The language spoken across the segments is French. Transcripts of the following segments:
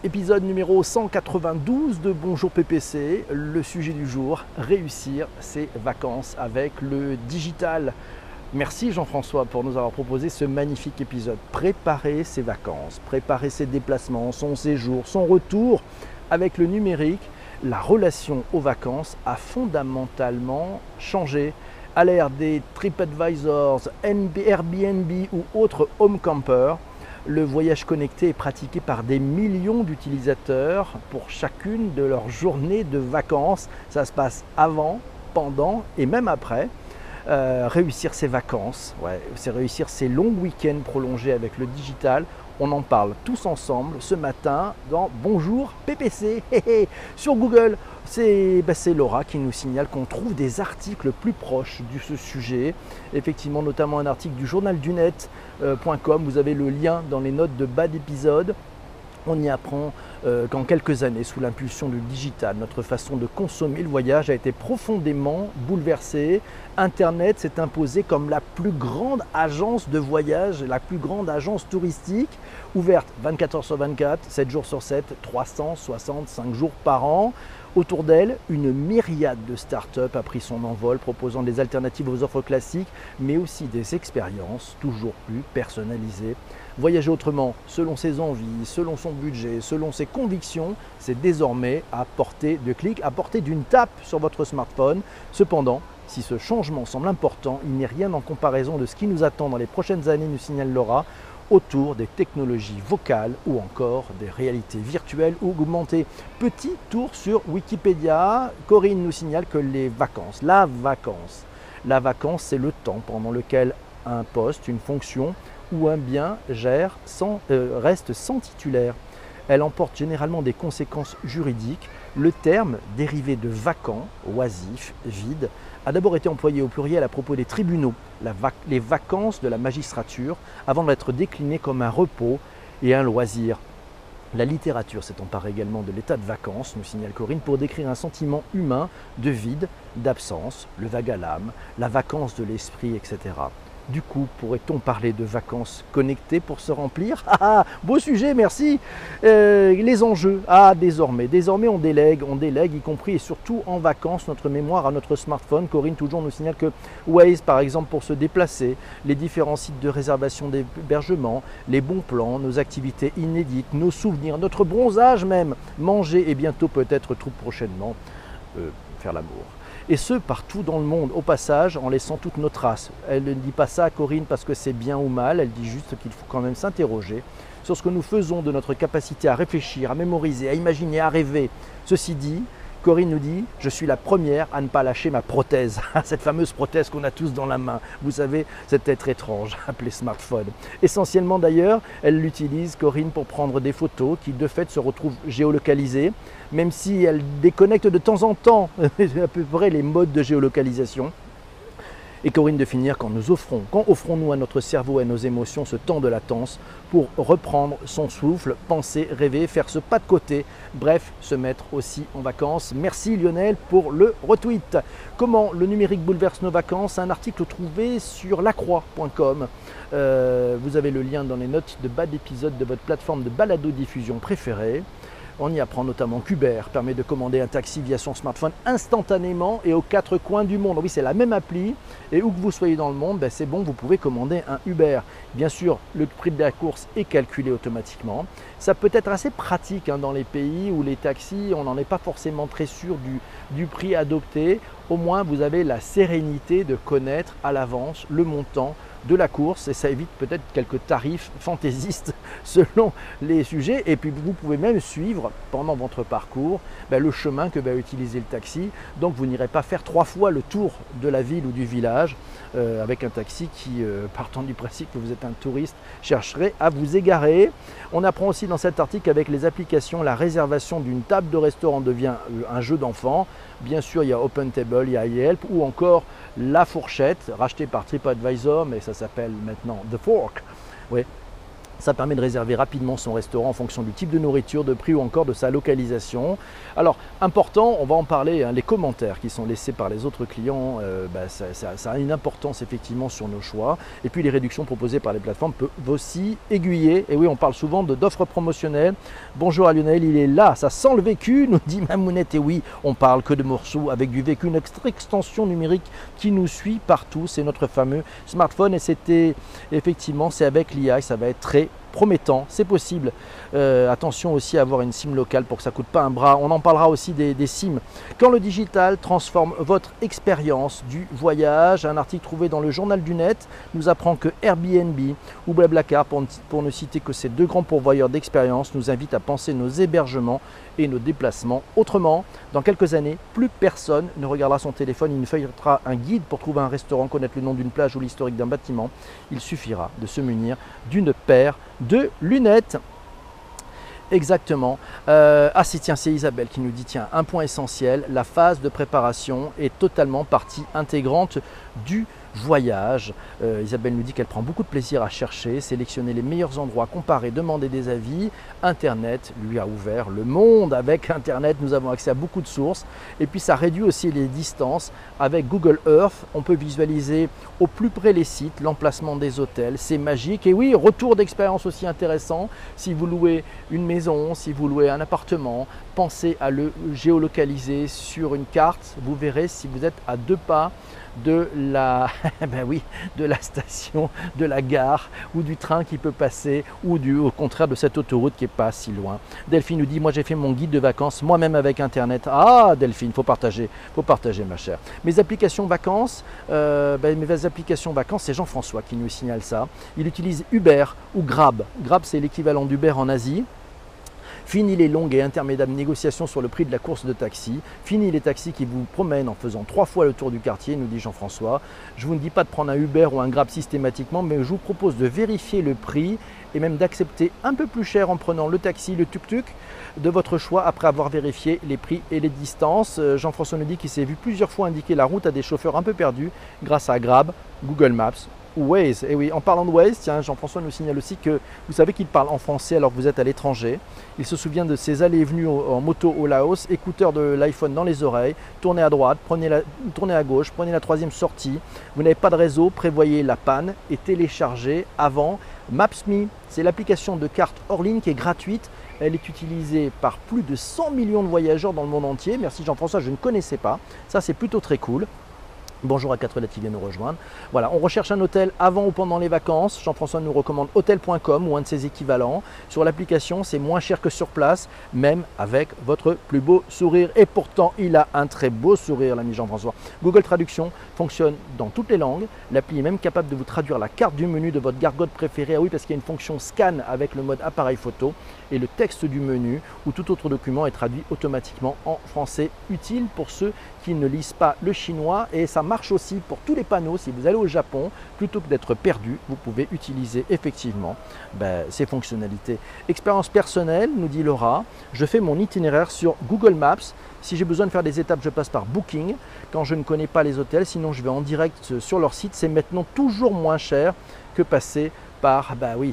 Épisode numéro 192 de Bonjour PPC. Le sujet du jour, réussir ses vacances avec le digital. Merci Jean-François pour nous avoir proposé ce magnifique épisode. Préparer ses vacances, préparer ses déplacements, son séjour, son retour avec le numérique. La relation aux vacances a fondamentalement changé. À l'ère des TripAdvisors, Airbnb ou autres home campers, le voyage connecté est pratiqué par des millions d'utilisateurs pour chacune de leurs journées de vacances. Ça se passe avant, pendant et même après. Réussir ses vacances, c'est réussir ses longs week-ends prolongés avec le digital. On en parle tous ensemble ce matin dans Bonjour PPC. Sur Google, c'est Laura qui nous signale qu'on trouve des articles plus proches de ce sujet. Effectivement, notamment un article du journaldunet.com. Vous avez le lien dans les notes de bas d'épisode. On y apprend qu'en quelques années, sous l'impulsion du digital, notre façon de consommer le voyage a été profondément bouleversée. Internet s'est imposé comme la plus grande agence de voyage, la plus grande agence touristique, ouverte 24 heures sur 24, 7 jours sur 7, 365 jours par an. Autour d'elle, une myriade de startups a pris son envol, proposant des alternatives aux offres classiques, mais aussi des expériences toujours plus personnalisées. Voyager autrement, selon ses envies, selon son budget, selon ses convictions, c'est désormais à portée de clic, à portée d'une tape sur votre smartphone. Cependant, si ce changement semble important, il n'est rien en comparaison de ce qui nous attend dans les prochaines années, nous signale Laura, autour des technologies vocales ou encore des réalités virtuelles ou augmentées. Petit tour sur Wikipédia, Corinne nous signale que la vacance, c'est le temps pendant lequel un poste, une fonction ou un bien reste sans titulaire. Elle emporte généralement des conséquences juridiques. Le terme, dérivé de vacant, oisif, vide, a d'abord été employé au pluriel à propos des tribunaux, les vacances de la magistrature, avant d'être décliné comme un repos et un loisir. La littérature s'est emparée également de l'état de vacances, nous signale Corinne, pour décrire un sentiment humain de vide, d'absence, le vague à l'âme, la vacance de l'esprit, etc. Du coup, pourrait-on parler de vacances connectées pour se remplir? Beau sujet, merci. Les enjeux, désormais on délègue, y compris et surtout en vacances, notre mémoire à notre smartphone. Corinne toujours nous signale que Waze, par exemple, pour se déplacer, les différents sites de réservation d'hébergement, les bons plans, nos activités inédites, nos souvenirs, notre bronzage même, manger et bientôt peut-être tout prochainement, faire l'amour. Et ce, partout dans le monde, au passage, en laissant toutes nos traces. Elle ne dit pas ça, Corinne, parce que c'est bien ou mal, elle dit juste qu'il faut quand même s'interroger sur ce que nous faisons de notre capacité à réfléchir, à mémoriser, à imaginer, à rêver. Ceci dit, Corinne nous dit « Je suis la première à ne pas lâcher ma prothèse », cette fameuse prothèse qu'on a tous dans la main. Vous savez, cet être étrange appelé smartphone. Essentiellement d'ailleurs, elle l'utilise, Corinne, pour prendre des photos qui de fait se retrouvent géolocalisées, même si elle déconnecte de temps en temps à peu près les modes de géolocalisation. Et Corinne de finir, quand offrons-nous à notre cerveau et à nos émotions ce temps de latence pour reprendre son souffle, penser, rêver, faire ce pas de côté, bref, se mettre aussi en vacances. Merci Lionel pour le retweet. Comment le numérique bouleverse nos vacances? Un article trouvé sur lacroix.com. Vous avez le lien dans les notes de bas d'épisode de votre plateforme de balado-diffusion préférée. On y apprend notamment qu'Uber permet de commander un taxi via son smartphone instantanément et aux quatre coins du monde. Oui, c'est la même appli et où que vous soyez dans le monde, c'est bon, vous pouvez commander un Uber. Bien sûr, le prix de la course est calculé automatiquement. Ça peut être assez pratique dans les pays où les taxis, on n'en est pas forcément très sûr du prix adopté. Au moins, vous avez la sérénité de connaître à l'avance le montant de la course et ça évite peut-être quelques tarifs fantaisistes selon les sujets. Et puis vous pouvez même suivre pendant votre parcours le chemin que va utiliser le taxi. Donc vous n'irez pas faire 3 fois le tour de la ville ou du village avec un taxi qui, partant du principe que vous êtes un touriste, chercherait à vous égarer. On apprend aussi dans cet article qu'avec les applications, la réservation d'une table de restaurant devient un jeu d'enfant. Bien sûr, il y a OpenTable, il y a Yelp ou encore La Fourchette, rachetée par TripAdvisor, mais ça s'appelle maintenant The Fork. Oui. Ça permet de réserver rapidement son restaurant en fonction du type de nourriture, de prix ou encore de sa localisation. Alors, important, on va en parler, hein, les commentaires qui sont laissés par les autres clients, ça a une importance effectivement sur nos choix. Et puis les réductions proposées par les plateformes peuvent aussi aiguiller. Et oui, on parle souvent d'offres promotionnelles. Bonjour à Lionel, il est là, ça sent le vécu, nous dit Mamounette. Et oui, on parle que de morceaux avec du vécu, une extension numérique qui nous suit partout. C'est notre fameux smartphone et c'était effectivement, c'est avec l'IA, ça va être très promettant, c'est possible. Attention aussi à avoir une SIM locale pour que ça ne coûte pas un bras. On en parlera aussi des SIM. Quand le digital transforme votre expérience du voyage, un article trouvé dans le journal du net nous apprend que Airbnb ou Blablacar, pour ne citer que ces deux grands pourvoyeurs d'expérience, nous invitent à penser nos hébergements et nos déplacements autrement. Dans quelques années, plus personne ne regardera son téléphone, il ne feuilletera un guide pour trouver un restaurant, connaître le nom d'une plage ou l'historique d'un bâtiment. Il suffira de se munir d'une paire de lunettes. Exactement. C'est Isabelle qui nous dit, tiens, un point essentiel, la phase de préparation est totalement partie intégrante du voyage. Isabelle nous dit qu'elle prend beaucoup de plaisir à chercher, sélectionner les meilleurs endroits, comparer, demander des avis. Internet lui a ouvert le monde. Avec Internet, nous avons accès à beaucoup de sources. Et puis ça réduit aussi les distances. Avec Google Earth, on peut visualiser au plus près les sites, l'emplacement des hôtels. C'est magique. Et oui, retour d'expérience aussi intéressant. Si vous louez une maison, si vous louez un appartement, pensez à le géolocaliser sur une carte. Vous verrez si vous êtes à 2 pas de la, de la station, de la gare ou du train qui peut passer ou au contraire de cette autoroute qui n'est pas si loin. Delphine nous dit, moi j'ai fait mon guide de vacances moi-même avec Internet. Ah Delphine, faut partager ma chère. Mes applications vacances, c'est Jean-François qui nous signale ça. Il utilise Uber ou Grab. Grab c'est l'équivalent d'Uber en Asie. Fini les longues et interminables négociations sur le prix de la course de taxi. Fini les taxis qui vous promènent en faisant 3 fois le tour du quartier, nous dit Jean-François. Je vous ne dis pas de prendre un Uber ou un Grab systématiquement, mais je vous propose de vérifier le prix et même d'accepter un peu plus cher en prenant le taxi, le tuk-tuk de votre choix après avoir vérifié les prix et les distances. Jean-François nous dit qu'il s'est vu plusieurs fois indiquer la route à des chauffeurs un peu perdus grâce à Grab, Google Maps ou Waze. Et oui, en parlant de Waze, tiens, Jean-François nous signale aussi que vous savez qu'il parle en français alors que vous êtes à l'étranger. Il se souvient de ses allées et venues en moto au Laos, écouteurs de l'iPhone dans les oreilles, tournez à droite, tournez à gauche, prenez la 3e sortie. Vous n'avez pas de réseau, prévoyez la panne et téléchargez avant Maps.me. C'est l'application de carte hors ligne qui est gratuite. Elle est utilisée par plus de 100 millions de voyageurs dans le monde entier. Merci Jean-François, je ne connaissais pas. Ça, c'est plutôt très cool. Bonjour à 4 lettres qui viennent nous rejoindre. Voilà, on recherche un hôtel avant ou pendant les vacances. Jean-François nous recommande Hotels.com ou un de ses équivalents. Sur l'application, c'est moins cher que sur place, même avec votre plus beau sourire. Et pourtant, il a un très beau sourire, l'ami Jean-François. Google Traduction fonctionne dans toutes les langues. L'appli est même capable de vous traduire la carte du menu de votre gargote préférée. Ah oui, parce qu'il y a une fonction scan avec le mode appareil photo. Et le texte du menu ou tout autre document est traduit automatiquement en français, utile pour ceux qui ne lisent pas le chinois. Et ça marche aussi pour tous les panneaux. Si vous allez au Japon, plutôt que d'être perdu, vous pouvez utiliser effectivement ces fonctionnalités. Expérience personnelle, nous dit Laura, je fais mon itinéraire sur Google Maps. Si j'ai besoin de faire des étapes, je passe par Booking quand je ne connais pas les hôtels. Sinon, je vais en direct sur leur site. C'est maintenant toujours moins cher que passer par,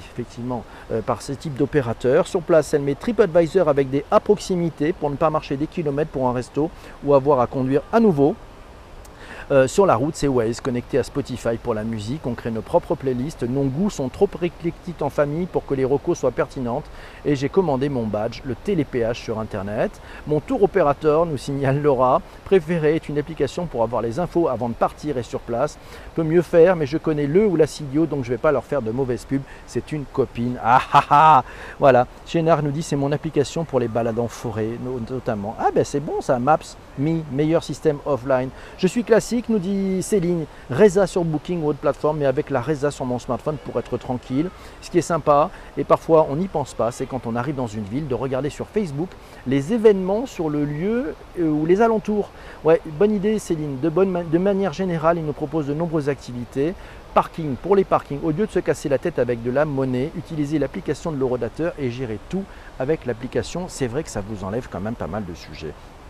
par ce type d'opérateur. Sur place, elle met TripAdvisor avec des à proximité pour ne pas marcher des kilomètres pour un resto ou avoir à conduire à nouveau. Sur la route, c'est Waze, connecté à Spotify pour la musique. On crée nos propres playlists. Nos goûts sont trop éclectiques en famille pour que les recos soient pertinentes. Et j'ai commandé mon badge, le télépéage sur Internet. Mon tour opérateur, nous signale Laura, préféré est une application pour avoir les infos avant de partir et sur place. Peut mieux faire, mais je connais le ou la CDO, donc je ne vais pas leur faire de mauvaises pubs. C'est une copine. Ah ah ah. Voilà. Chénard nous dit c'est mon application pour les balades en forêt, notamment. Ah ben c'est bon ça, Maps.me, meilleur système offline. Je suis classique, nous dit Céline, Reza sur Booking ou autre plateforme, mais avec la Reza sur mon smartphone pour être tranquille. Ce qui est sympa, et parfois on n'y pense pas, c'est quand on arrive dans une ville, de regarder sur Facebook les événements sur le lieu ou les alentours. Ouais, bonne idée Céline. De manière générale, il nous propose de nombreuses activités. Parking, pour les parkings, au lieu de se casser la tête avec de la monnaie, utilisez l'application de l'horodateur et gérez tout avec l'application. C'est vrai que ça vous enlève quand même pas mal de sujets.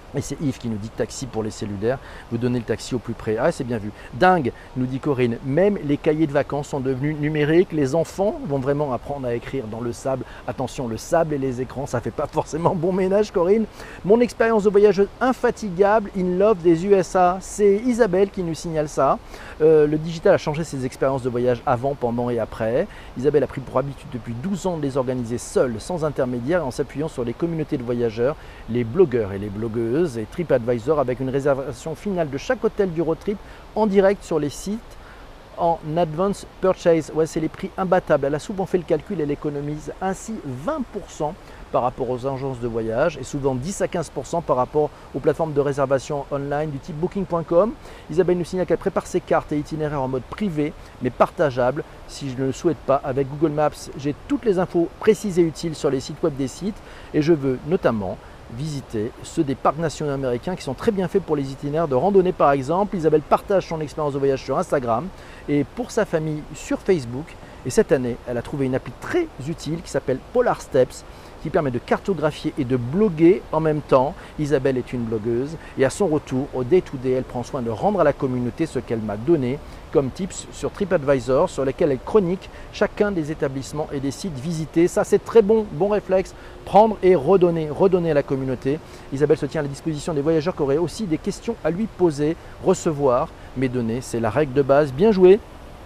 Et c'est Yves qui nous dit taxi pour les cellulaires, vous donnez le taxi au plus près. Ah, c'est bien vu. Dingue, nous dit Corinne, même les cahiers de vacances sont devenus numériques, les enfants vont vraiment apprendre à écrire dans le sable. Attention, le sable et les écrans, ça ne fait pas forcément bon ménage, Corinne. Mon expérience de voyageuse infatigable, in love des USA, c'est Isabelle qui nous signale ça. Le digital a changé ses expériences de voyage avant, pendant et après. Isabelle a pris pour habitude depuis 12 ans de les organiser seule, sans intermédiaire, en s'appuyant sur les communautés de voyageurs, les blogueurs et les blogueuses, et TripAdvisor avec une réservation finale de chaque hôtel du road trip en direct sur les sites en advance purchase. Ouais, c'est les prix imbattables. Elle a souvent fait le calcul, elle économise ainsi 20% par rapport aux agences de voyage et souvent 10 à 15% par rapport aux plateformes de réservation online du type booking.com. Isabelle nous signale qu'elle prépare ses cartes et itinéraires en mode privé mais partageable si je ne le souhaite pas. Avec Google Maps, j'ai toutes les infos précises et utiles sur les sites web des sites et je veux notamment visiter ceux des parcs nationaux américains qui sont très bien faits pour les itinéraires de randonnée par exemple. Isabelle partage son expérience de voyage sur Instagram et pour sa famille sur Facebook. Et cette année, elle a trouvé une appli très utile qui s'appelle Polar Steps qui permet de cartographier et de bloguer en même temps. Isabelle est une blogueuse et à son retour au day-to-day, elle prend soin de rendre à la communauté ce qu'elle m'a donné comme tips sur TripAdvisor sur lesquels elle chronique chacun des établissements et des sites visités. Ça, c'est très bon, bon réflexe, prendre et redonner à la communauté. Isabelle se tient à la disposition des voyageurs qui auraient aussi des questions à lui poser, recevoir mes données. C'est la règle de base. Bien joué.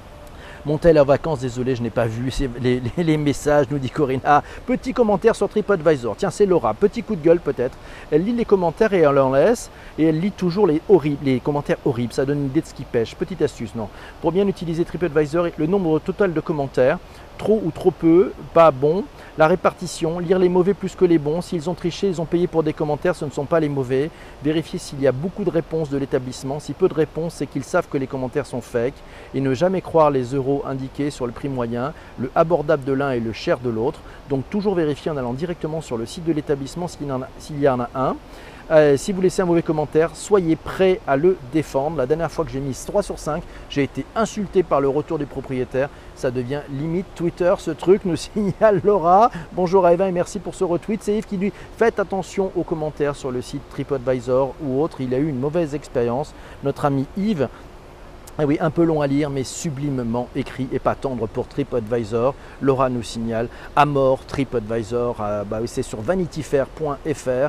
Montel en vacances, désolé, je n'ai pas vu les messages, nous dit Corinne. Ah, petit commentaire sur TripAdvisor. Tiens, c'est Laura. Petit coup de gueule peut-être. Elle lit les commentaires et elle en laisse. Et elle lit toujours les commentaires horribles. Ça donne une idée de ce qui pêche. Petite astuce, non. Pour bien utiliser TripAdvisor, le nombre total de commentaires, trop ou trop peu, pas bon. La répartition, lire les mauvais plus que les bons. S'ils ont triché, ils ont payé pour des commentaires, ce ne sont pas les mauvais. Vérifier s'il y a beaucoup de réponses de l'établissement. Si peu de réponses, c'est qu'ils savent que les commentaires sont fake. Et ne jamais croire les euros indiqués sur le prix moyen, le abordable de l'un et le cher de l'autre. Donc toujours vérifier en allant directement sur le site de l'établissement s'il y en a un. Si vous laissez un mauvais commentaire, soyez prêt à le défendre. La dernière fois que j'ai mis 3 sur 5, j'ai été insulté par le retour du propriétaire. Ça devient limite Twitter ce truc, nous signale Laura. Bonjour à Eva et merci pour ce retweet. C'est Yves qui dit faites attention aux commentaires sur le site TripAdvisor ou autre. Il a eu une mauvaise expérience. Notre ami Yves. Ah oui, un peu long à lire, mais sublimement écrit et pas tendre pour TripAdvisor. Laura nous signale à mort TripAdvisor. C'est sur vanityfair.fr.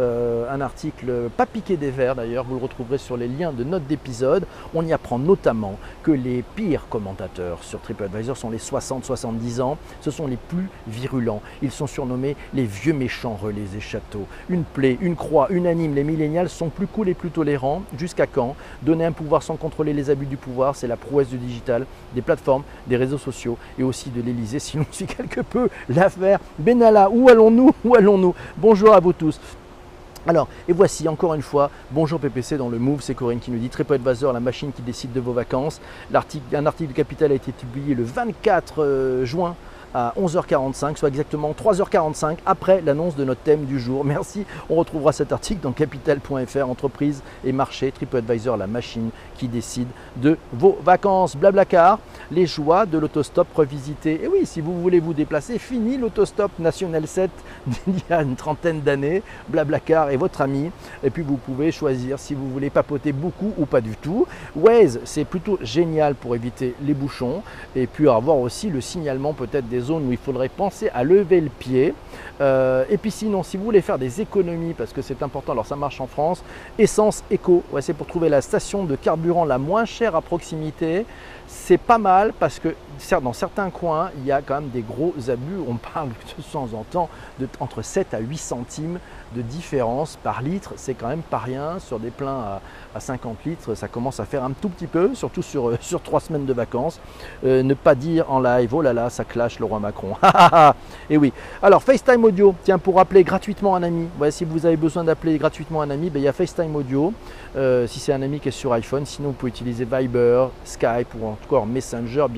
Un article pas piqué des verres d'ailleurs, vous le retrouverez sur les liens de notes d'épisode. On y apprend notamment que les pires commentateurs sur TripAdvisor sont les 60-70 ans. Ce sont les plus virulents. Ils sont surnommés les vieux méchants relais et châteaux. Une plaie, une croix, unanime. Les millénials sont plus cool et plus tolérants. Jusqu'à quand? Donner un pouvoir sans contrôler les abus du pouvoir, c'est la prouesse du digital, des plateformes, des réseaux sociaux et aussi de l'Elysée. Si l'on suit quelque peu l'affaire Benalla, où allons-nous? Où allons-nous? Bonjour à vous tous. Alors, et voici encore une fois, bonjour PPC dans le Move, c'est Corinne qui nous dit TripAdvisor, la machine qui décide de vos vacances. Un article de Capital a été publié le 24 juin à 11h45, soit exactement 3h45 après l'annonce de notre thème du jour. Merci, on retrouvera cet article dans capital.fr, entreprise et marché, TripAdvisor, la machine qui décide de vos vacances. Blablacar, les joies de l'autostop revisité. Et oui, si vous voulez vous déplacer, fini l'autostop National 7 d'il y a une trentaine d'années. Blablacar est votre ami. Et puis vous pouvez choisir si vous voulez papoter beaucoup ou pas du tout. Waze, c'est plutôt génial pour éviter les bouchons et puis avoir aussi le signalement peut-être des zones où il faudrait penser à lever le pied. Et puis sinon, si vous voulez faire des économies, parce que c'est important, alors ça marche en France, Essence Eco, ouais, c'est pour trouver la station de carburant la moins chère à proximité. C'est pas mal parce que dans certains coins, il y a quand même des gros abus. On parle de temps en temps entre 7 à 8 centimes de différence par litre. C'est quand même pas rien. Sur des pleins à 50 litres, ça commence à faire un tout petit peu, surtout sur 3 semaines de vacances. Ne pas dire en live, oh là là, ça clash le roi Macron. Et oui. Alors, FaceTime Audio, tiens, pour appeler gratuitement un ami. Ouais, si vous avez besoin d'appeler gratuitement un ami, il y a FaceTime Audio. Si c'est un ami qui est sur iPhone, sinon vous pouvez utiliser Viber, Skype ou encore Messenger, bien sûr,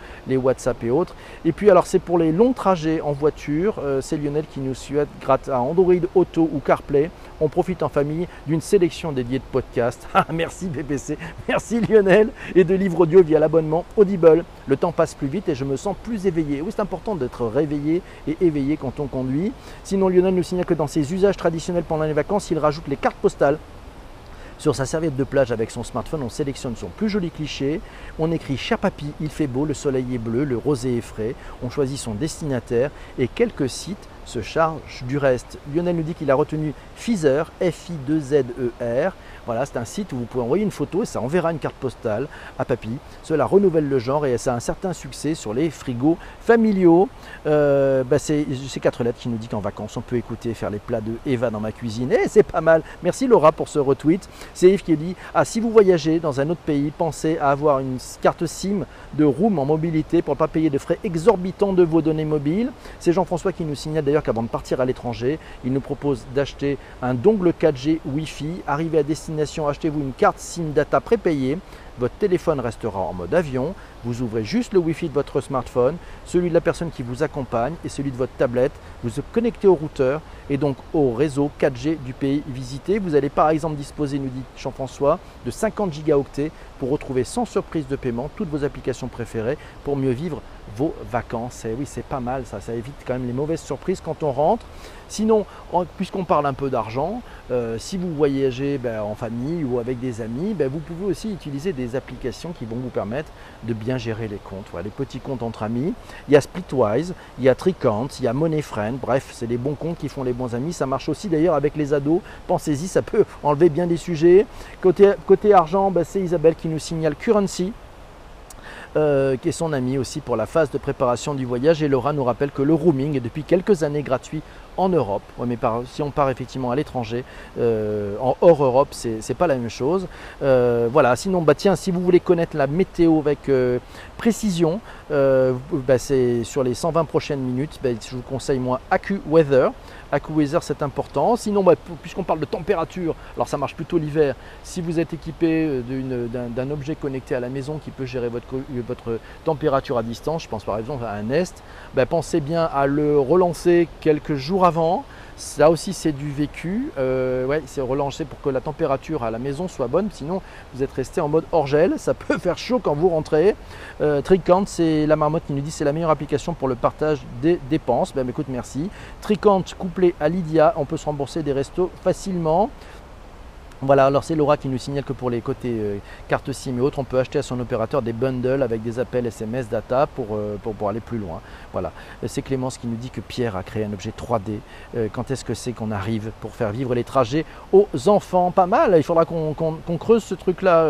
les WhatsApp et autres. Et puis alors c'est pour les longs trajets en voiture, c'est Lionel qui nous souhaite grâce à Android Auto ou CarPlay, on profite en famille d'une sélection dédiée de podcasts. Merci PPC, merci Lionel, et de livres audio via l'abonnement Audible. Le temps passe plus vite et je me sens plus éveillé. Oui, c'est important d'être réveillé et éveillé quand on conduit. Sinon, Lionel nous signale que dans ses usages traditionnels pendant les vacances, il rajoute les cartes postales. Sur sa serviette de plage avec son smartphone, on sélectionne son plus joli cliché. On écrit « Cher papy, il fait beau, le soleil est bleu, le rosé est frais ». On choisit son destinataire et quelques sites se chargent du reste. Lionel nous dit qu'il a retenu Feezer, F-I-2-Z-E-R. Voilà, c'est un site où vous pouvez envoyer une photo et ça enverra une carte postale à papy. Cela renouvelle le genre et ça a un certain succès sur les frigos familiaux. C'est 4 lettres qui nous dit qu'en vacances, on peut écouter faire les plats de Eva dans ma cuisine. Et c'est pas mal. Merci Laura pour ce retweet. C'est Yves qui dit si vous voyagez dans un autre pays, pensez à avoir une carte SIM de Room en mobilité pour ne pas payer de frais exorbitants de vos données mobiles. C'est Jean-François qui nous signale d'ailleurs qu'avant de partir à l'étranger, il nous propose d'acheter un dongle 4G Wi-Fi. Arrivé à destination, achetez-vous une carte SIM data prépayée. Votre téléphone restera en mode avion. Vous ouvrez juste le Wi-Fi de votre smartphone, celui de la personne qui vous accompagne et celui de votre tablette. Vous vous connectez au routeur et donc au réseau 4G du pays visité. Vous allez par exemple disposer, nous dit Jean-François, de 50 gigaoctets pour retrouver sans surprise de paiement toutes vos applications préférées pour mieux vivre vos vacances. Et oui, c'est pas mal ça, ça évite quand même les mauvaises surprises quand on rentre. Sinon, puisqu'on parle un peu d'argent, si vous voyagez en famille ou avec des amis, vous pouvez aussi utiliser des applications qui vont vous permettre de bien gérer les comptes. Voilà, les petits comptes entre amis. Il y a Splitwise, il y a Tricount, il y a MoneyFriend. Bref, c'est les bons comptes qui font les bons amis. Ça marche aussi d'ailleurs avec les ados. Pensez-y, ça peut enlever bien des sujets. Côté argent, c'est Isabelle qui nous signale Currency, qui est son ami aussi pour la phase de préparation du voyage. Et Laura nous rappelle que le roaming est depuis quelques années gratuit en Europe. Ouais, mais si on part effectivement à l'étranger, en hors Europe, c'est pas la même chose. Voilà. Sinon, tiens, si vous voulez connaître la météo avec précision, c'est sur les 120 prochaines minutes. Je vous conseille moi AccuWeather. AccuWeather, c'est important. Sinon, puisqu'on parle de température, alors ça marche plutôt l'hiver. Si vous êtes équipé d'un objet connecté à la maison qui peut gérer votre température à distance, je pense par exemple à un Nest, pensez bien à le relancer quelques jours avant. Ça aussi, c'est du vécu. C'est relancer pour que la température à la maison soit bonne. Sinon, vous êtes resté en mode hors gel. Ça peut faire chaud quand vous rentrez. Tricount, c'est la marmotte qui nous dit c'est la meilleure application pour le partage des dépenses. Écoute, merci. Tricount couplé à Lydia, on peut se rembourser des restos facilement. Voilà, alors c'est Laura qui nous signale que pour les côtés carte SIM et autres, on peut acheter à son opérateur des bundles avec des appels SMS data pour aller plus loin. Voilà, c'est Clémence qui nous dit que Pierre a créé un objet 3D. Quand est-ce que c'est qu'on arrive pour faire vivre les trajets aux enfants? Pas mal, il faudra qu'on creuse ce truc-là,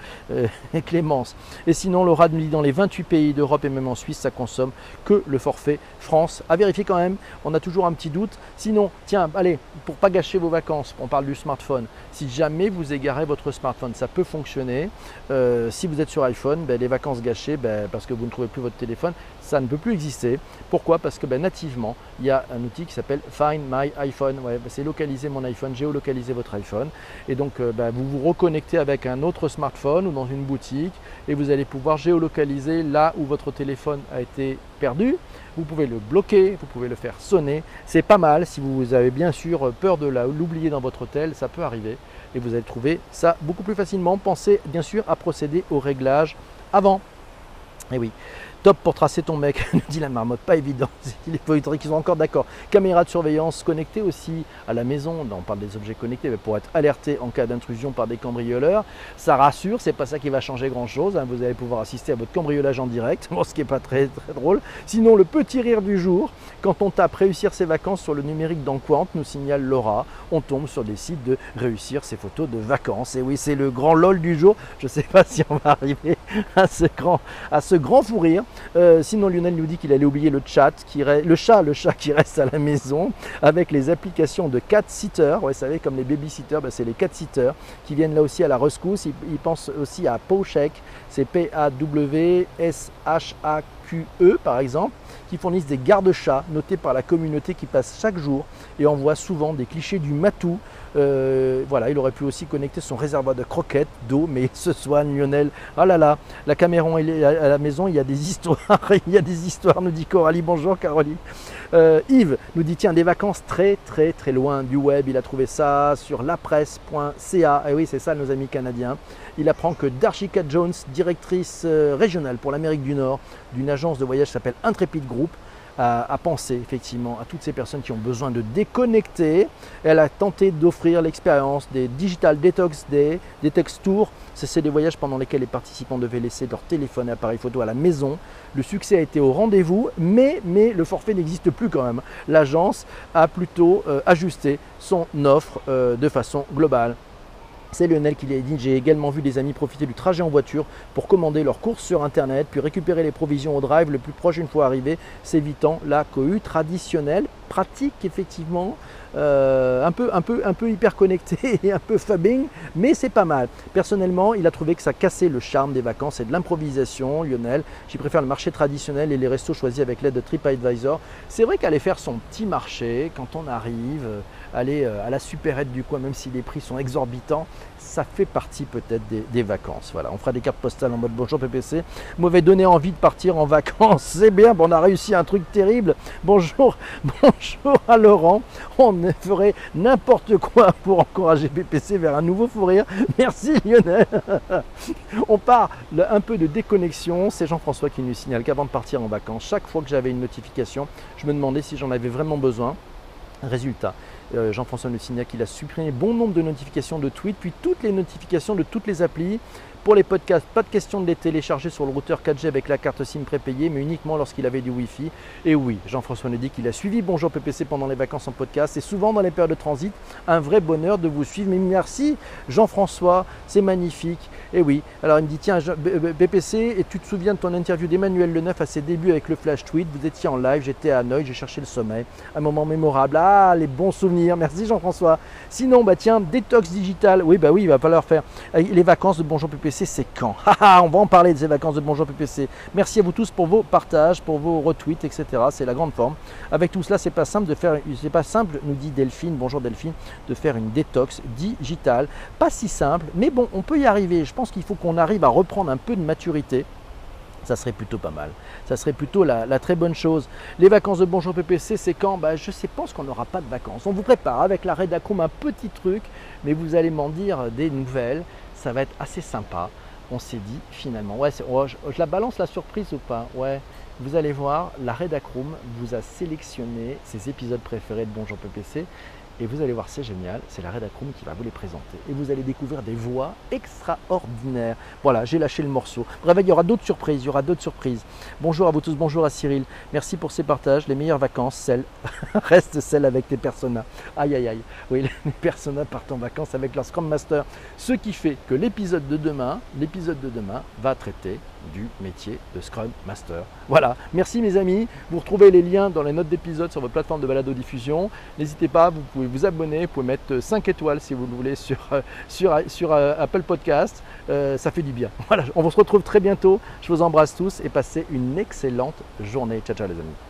Clémence. Et sinon, Laura nous dit dans les 28 pays d'Europe et même en Suisse, ça consomme que le forfait France. À vérifier quand même, on a toujours un petit doute. Sinon, tiens, allez, pour pas gâcher vos vacances, on parle du smartphone. Si jamais vous égarez votre smartphone, ça peut fonctionner. Si vous êtes sur iPhone, les vacances gâchées, parce que vous ne trouvez plus votre téléphone, ça ne peut plus exister. Pourquoi? Parce que nativement, il y a un outil qui s'appelle Find My iPhone. C'est localiser mon iPhone, géolocaliser votre iPhone. Et donc, vous vous reconnectez avec un autre smartphone ou dans une boutique et vous allez pouvoir géolocaliser là où votre téléphone a été perdu. Vous pouvez le bloquer, vous pouvez le faire sonner. C'est pas mal. Si vous avez bien sûr peur de l'oublier dans votre hôtel, ça peut arriver. Et vous allez trouver ça beaucoup plus facilement. Pensez bien sûr à procéder au réglage avant. Et oui. Top pour tracer ton mec, nous dit la marmotte, pas évident, il faudrait qu'ils sont encore d'accord. Caméra de surveillance connectée aussi à la maison, on parle des objets connectés pour être alerté en cas d'intrusion par des cambrioleurs. Ça rassure, c'est pas ça qui va changer grand chose, vous allez pouvoir assister à votre cambriolage en direct, ce qui n'est pas très drôle. Sinon, le petit rire du jour, quand on tape réussir ses vacances sur le numérique dans Quant, nous signale Laura, on tombe sur des sites de réussir ses photos de vacances. Et oui, c'est le grand lol du jour, je ne sais pas si on va arriver à ce grand fou rire. Sinon, Lionel nous dit qu'il allait oublier le chat qui reste à la maison avec les applications de cat-sitter. Vous savez, comme les baby-sitters, c'est les cat-sitters qui viennent là aussi à la rescousse. Il pense aussi à Pawcheck, c'est P-A-W-S-H-A-Q-E par exemple, qui fournissent des gardes-chats notés par la communauté qui passe chaque jour et envoie souvent des clichés du matou Voilà, il aurait pu aussi connecter son réservoir de croquettes, d'eau, mais il se soigne, Lionel. Ah là là, la Caméron est à la maison, il y a des histoires, il y a des histoires, nous dit Coralie. Bonjour Caroline. Yves nous dit tiens, des vacances très loin du web. Il a trouvé ça sur lapresse.ca. Et oui, c'est ça nos amis canadiens. Il apprend que Darshika Jones, directrice régionale pour l'Amérique du Nord d'une agence de voyage qui s'appelle Intrepid Group, a pensé effectivement à toutes ces personnes qui ont besoin de déconnecter. Elle a tenté d'offrir l'expérience des Digital Detox Day, Detox Tour. C'est des voyages pendant lesquels les participants devaient laisser leur téléphone et appareil photo à la maison. Le succès a été au rendez-vous, mais le forfait n'existe plus quand même. L'agence a plutôt ajusté son offre de façon globale. C'est Lionel qui l'a dit, j'ai également vu des amis profiter du trajet en voiture pour commander leurs courses sur internet, puis récupérer les provisions au drive le plus proche une fois arrivé, s'évitant la cohue traditionnelle. Pratique effectivement, un peu hyper connecté et un peu fabbing, mais c'est pas mal. Personnellement, il a trouvé que ça cassait le charme des vacances et de l'improvisation. Lionel, j'y préfère le marché traditionnel et les restos choisis avec l'aide de TripAdvisor. C'est vrai qu'aller faire son petit marché quand on arrive, aller à la supérette du coin, même si les prix sont exorbitants, ça fait partie peut-être des vacances. Voilà, on fera des cartes postales en mode bonjour PPC. M'avait donné envie de partir en vacances. C'est bien, bon, on a réussi un truc terrible. Bonjour à Laurent. On ferait n'importe quoi pour encourager PPC vers un nouveau fou rire. Merci Lionel. On part un peu de déconnexion. C'est Jean-François qui nous signale qu'avant de partir en vacances, chaque fois que j'avais une notification, je me demandais si j'en avais vraiment besoin. Résultat, Jean-François nous signale qu'il a supprimé bon nombre de notifications de tweets, puis toutes les notifications de toutes les applis. Pour les podcasts, pas de question de les télécharger sur le routeur 4G avec la carte SIM prépayée, mais uniquement lorsqu'il avait du Wi-Fi. Et oui, Jean-François nous dit qu'il a suivi Bonjour PPC pendant les vacances en podcast et souvent dans les périodes de transit. Un vrai bonheur de vous suivre. Mais merci Jean-François, c'est magnifique. Et oui, alors il me dit tiens PPC, et tu te souviens de ton interview d'Emmanuel Leneuf à ses débuts avec le Flash Tweet. Vous étiez en live, j'étais à Hanoï, j'ai cherché le sommeil. Un moment mémorable. Ah, les bons souvenirs. Merci Jean-François. Sinon, bah tiens, détox digital. Oui, bah oui, il va falloir faire les vacances de Bonjour PPC. C'est quand? On va en parler de ces vacances de Bonjour PPC. Merci à vous tous pour vos partages, pour vos retweets, etc. C'est la grande forme. Avec tout cela, c'est pas simple, nous dit Delphine, bonjour Delphine, de faire une détox digitale. Pas si simple, mais bon, on peut y arriver. Je pense qu'il faut qu'on arrive à reprendre un peu de maturité. Ça serait plutôt pas mal. Ça serait plutôt la très bonne chose. Les vacances de Bonjour PPC, c'est quand? Je pense qu'on n'aura pas de vacances. On vous prépare avec la Redacroom un petit truc, mais vous allez m'en dire des nouvelles. Ça va être assez sympa. On s'est dit finalement, ouais, je la balance la surprise ou pas? Ouais, vous allez voir, la Redacroom vous a sélectionné ses épisodes préférés de Bonjour PPC. Et vous allez voir, c'est génial, c'est la Redacroom qui va vous les présenter. Et vous allez découvrir des voix extraordinaires. Voilà, j'ai lâché le morceau. Bref, il y aura d'autres surprises, Bonjour à vous tous, bonjour à Cyril. Merci pour ces partages. Les meilleures vacances, restent celles avec tes personas. Aïe, aïe, aïe. Oui, les personas partent en vacances avec leur Scrum Master. Ce qui fait que l'épisode de demain va traiter du métier de Scrum Master. Voilà, merci mes amis. Vous retrouvez les liens dans les notes d'épisode sur votre plateforme de balado-diffusion. N'hésitez pas, vous pouvez vous abonner, vous pouvez mettre 5 étoiles si vous le voulez sur Apple Podcast. Ça fait du bien. Voilà, on se retrouve très bientôt. Je vous embrasse tous et passez une excellente journée. Ciao, ciao les amis.